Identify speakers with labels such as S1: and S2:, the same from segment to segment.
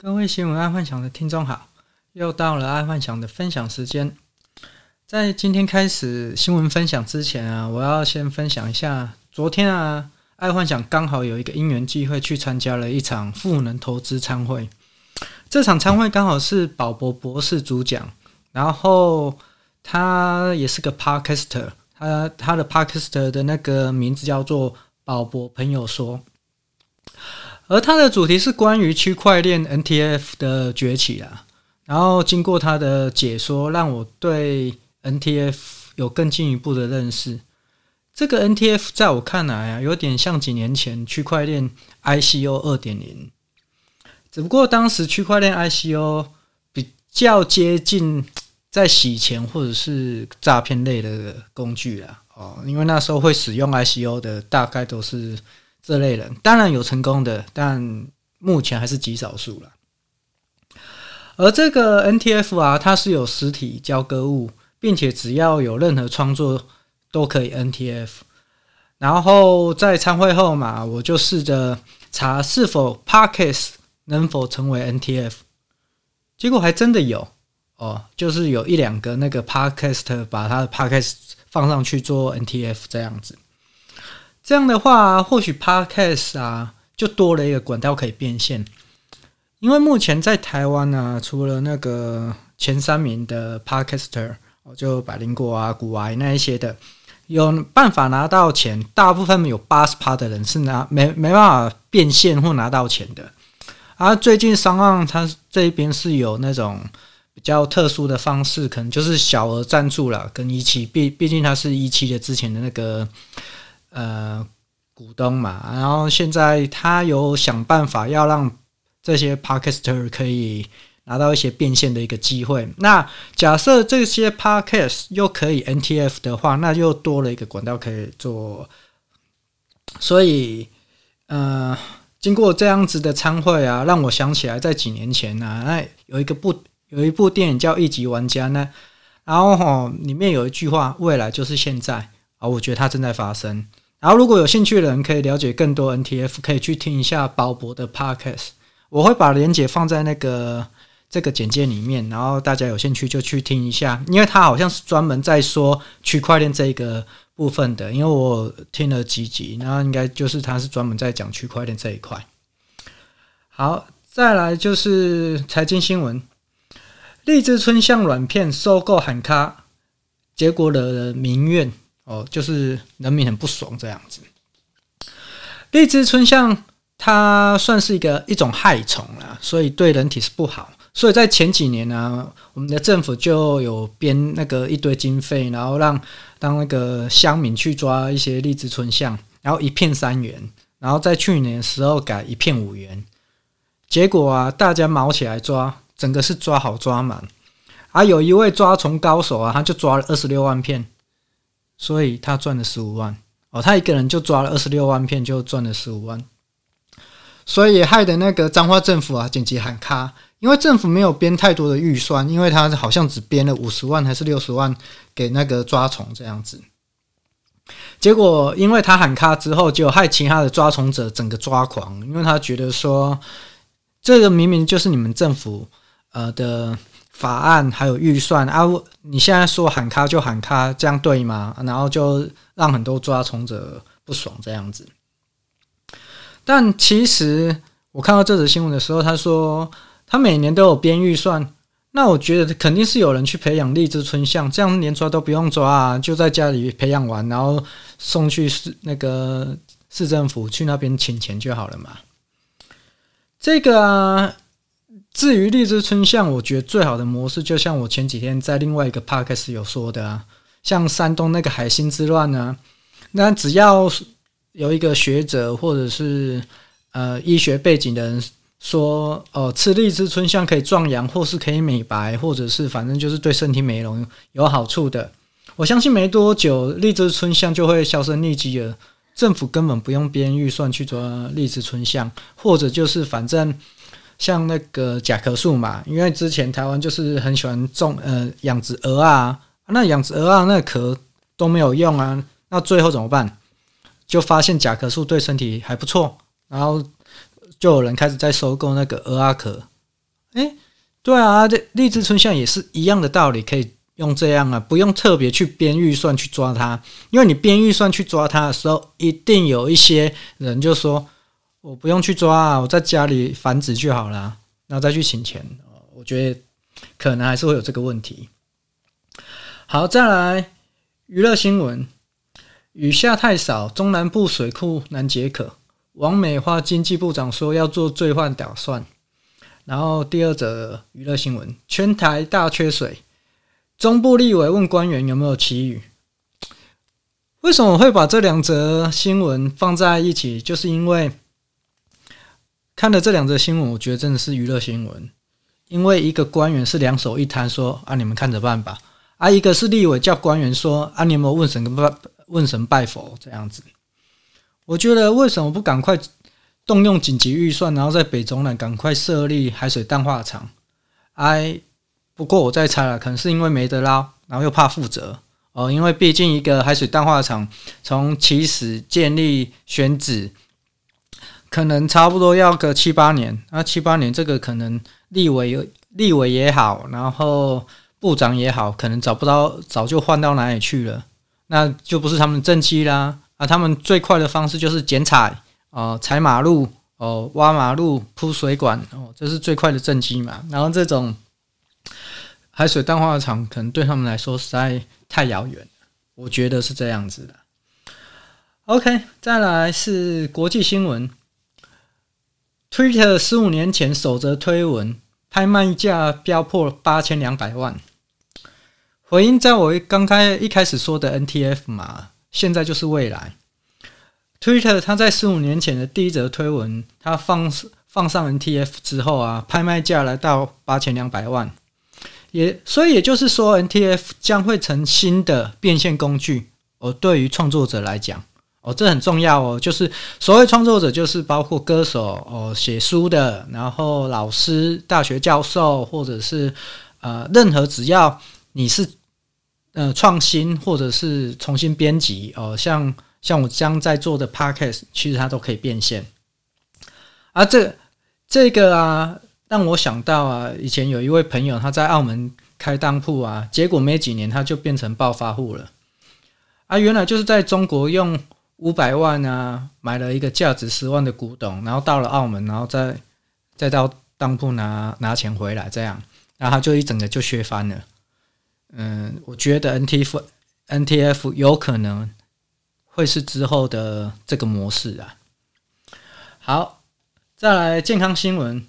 S1: 各位新闻爱幻想的听众好，又到了爱幻想的分享时间。在今天开始新闻分享之前啊，我要先分享一下，昨天啊，爱幻想刚好有一个因缘机会去参加了一场赋能投资餐会。这场餐会刚好是宝博博士主讲，然后他也是个 podcaster， 他的 podcaster 的那个名字叫做宝博朋友说。而它的主题是关于区块链 NTF 的崛起啦，然后经过他的解说，让我对 NTF 有更进一步的认识。这个 NTF 在我看来啊，有点像几年前区块链 ICO 2.0， 只不过当时区块链 ICO 比较接近在洗钱或者是诈骗类的工具啦，因为那时候会使用 ICO 的大概都是这类人，当然有成功的，但目前还是极少数啦。而这个 NTF 啊，它是有实体交割物，并且只要有任何创作都可以 NTF。然后在参会后嘛，我就试着查是否 Podcast 能否成为 NTF， 结果还真的有就是有一两个那个 Podcast 把他的 Podcast 放上去做 NTF 这样子。这样的话，或许 Podcast 啊就多了一个管道可以变现，因为目前在台湾啊，除了那个前3名的 Podcaster， 就百灵果啊、股癌那一些的，有办法拿到钱，大部分有 80% 的人是没办法变现或拿到钱的。而最近商岸它这边是有那种比较特殊的方式，可能就是小额赞助啦，跟17，毕竟它是17的之前的那个股东嘛，然后现在他有想办法要让这些 podcaster 可以拿到一些变现的一个机会。那假设这些 podcast 又可以 NTF 的话，那又多了一个管道可以做。所以经过这样子的参会啊，让我想起来在几年前啊，那有一部电影叫《一级玩家》呢，然后里面有一句话，未来就是现在啊，我觉得它正在发生。然后如果有兴趣的人可以了解更多 NTF， 可以去听一下宝博的 Podcast， 我会把连结放在这个简介里面，然后大家有兴趣就去听一下，因为他好像是专门在说区块链这个部分的，因为我听了几集，然后应该就是他是专门在讲区块链这一块。好，再来就是财经新闻，荔枝春象软片收购喊咖，结果惹人民怨。就是人民很不爽这样子。荔枝春象它算是一种害虫啦，所以对人体是不好。所以在前几年呢，我们的政府就有编那个一堆经费，然后让那个乡民去抓一些荔枝春象，然后一片3元，然后在去年的时候改一片5元。结果啊，大家毛起来抓，整个是抓好抓满。有一位抓虫高手啊，他就抓了26万片。所以他赚了15万他一个人就抓了26万片，就赚了15万，所以也害得那个彰化政府啊紧急喊卡，因为政府没有编太多的预算，因为他好像只编了50万还是60万给那个抓虫这样子。结果因为他喊卡之后，就害其他的抓虫者整个抓狂，因为他觉得说这个明明就是你们政府的法案还有预算啊，你现在说喊卡就喊卡，这样对吗？然后就让很多抓虫者不爽这样子。但其实我看到这则新闻的时候，他说他每年都有编预算，那我觉得肯定是有人去培养荔枝春象，这样连抓都不用抓啊，就在家里培养完，然后送去那个市政府去那边请钱就好了嘛。这个啊，至于荔枝春象，我觉得最好的模式，就像我前几天在另外一个 podcast 有说的啊，像山东那个海星之乱啊，那只要有一个学者或者是医学背景的人说吃荔枝春象可以壮阳，或是可以美白，或者是反正就是对身体美容有好处的，我相信没多久荔枝春象就会销声匿迹了。政府根本不用编预算去抓荔枝春象，或者就是反正像那个甲壳素嘛，因为之前台湾就是很喜欢养殖鹅啊，那养殖鹅啊那个壳都没有用啊，那最后怎么办？就发现甲壳素对身体还不错，然后就有人开始在收购那个鹅啊壳， 对啊，这荔枝春夏也是一样的道理，可以用这样啊，不用特别去编预算去抓它，因为你编预算去抓它的时候，一定有一些人就说我不用去抓啊，我在家里繁殖就好了，然后再去请钱，我觉得可能还是会有这个问题。好，再来娱乐新闻，雨下太少，中南部水库难解渴，王美花经济部长说要做最坏打算。然后第二则娱乐新闻，全台大缺水，中部立委问官员有没有祈雨。为什么我会把这两则新闻放在一起，就是因为看了这两则新闻，我觉得真的是娱乐新闻。因为一个官员是两手一摊说啊，你们看着办吧，啊，一个是立委叫官员说啊，你有没有问神拜佛这样子。我觉得为什么不赶快动用紧急预算，然后在北中南赶快设立海水淡化厂？不过我在猜了，可能是因为没得捞，然后又怕负责因为毕竟一个海水淡化厂从起始建立选址，可能差不多要个7-8年。那7-8年这个可能立委也好，然后部长也好，可能早就换到哪里去了，那就不是他们的政绩啦。他们最快的方式就是剪彩。踩马路挖马路铺水管这是最快的政绩嘛。然后这种海水淡化厂可能对他们来说实在太遥远了，我觉得是这样子的。OK， 再来是国际新闻。Twitter 15年前首则推文，拍卖价飙破8200万。回应在我一开始说的 NTF 嘛，现在就是未来。Twitter 它在15年前的第一则推文，它放上 NTF 之后啊，拍卖价来到8200万，所以也就是说 NTF 将会成新的变现工具对于创作者来讲这很重要就是所谓创作者就是包括歌手写书的，然后老师、大学教授，或者是任何只要你是创新或者是重新编辑像我将在做的 podcast， 其实它都可以变现。这个让我想到以前有一位朋友他在澳门开当铺结果没几年他就变成暴发户了。原来就是在中国用500万买了一个价值10万的古董，然后到了澳门，然后再到当铺拿钱回来，这样，然后他就一整个就削翻了。我觉得 NTF 有可能会是之后的这个模式啊。好，再来健康新闻，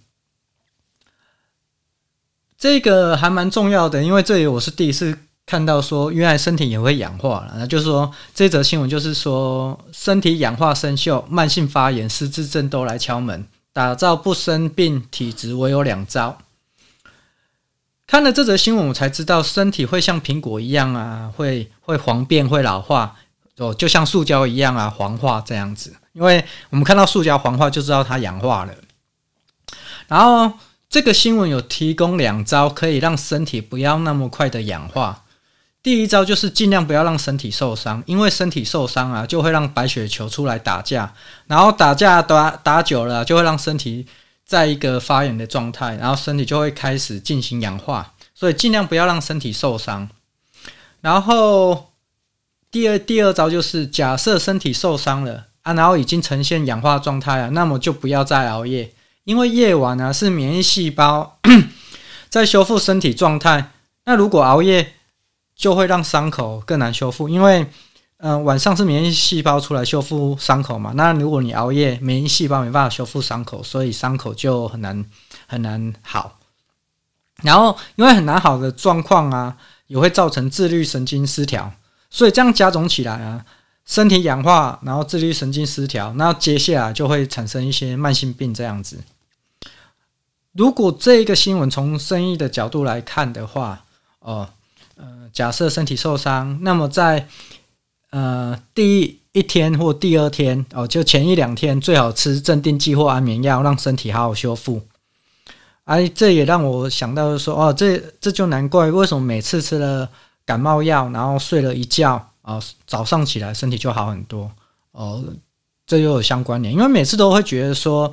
S1: 这个还蛮重要的，因为这里我是第一次看到说原来身体也会氧化了。那就是说这则新闻就是说身体氧化生锈、慢性发炎、失智症都来敲门，打造不生病体质唯有2招。看了这则新闻我才知道身体会像苹果一样会黄变、会老化就像塑胶一样黄化这样子。因为我们看到塑胶黄化就知道它氧化了。然后这个新闻有提供2招可以让身体不要那么快的氧化。第一招就是尽量不要让身体受伤，因为身体受伤就会让白血球出来打架，然后打架打久了就会让身体在一个发炎的状态，然后身体就会开始进行氧化，所以尽量不要让身体受伤。然后第二招就是假设身体受伤了然后已经呈现氧化状态那么就不要再熬夜，因为夜晚是免疫细胞在修复身体状态，那如果熬夜就会让伤口更难修复，因为晚上是免疫细胞出来修复伤口嘛，那如果你熬夜，免疫细胞没办法修复伤口，所以伤口就很难好。然后因为很难好的状况也会造成自律神经失调，所以这样加总起来身体氧化，然后自律神经失调，那接下来就会产生一些慢性病这样子。如果这个新闻从生意的角度来看的话假设身体受伤，那么在第1天或第2天就前1-2天最好吃镇定剂或安眠药，让身体好好修复。这也让我想到说这就难怪为什么每次吃了感冒药，然后睡了一觉早上起来身体就好很多这又有相关联。因为每次都会觉得说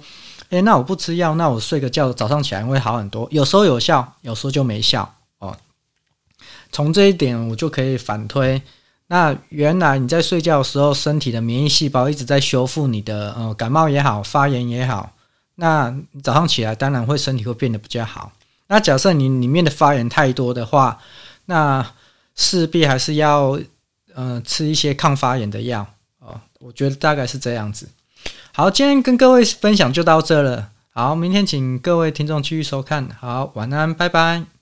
S1: 那我不吃药，那我睡个觉，早上起来会好很多。有时候有效，有时候就没效哦。从这一点我就可以反推，那原来你在睡觉的时候，身体的免疫细胞一直在修复你的感冒也好，发炎也好，那你早上起来当然身体会变得比较好。那假设你里面的发炎太多的话，那势必还是要吃一些抗发炎的药哦。我觉得大概是这样子。好，今天跟各位分享就到这了。好，明天请各位听众继续收看。好，晚安，拜拜。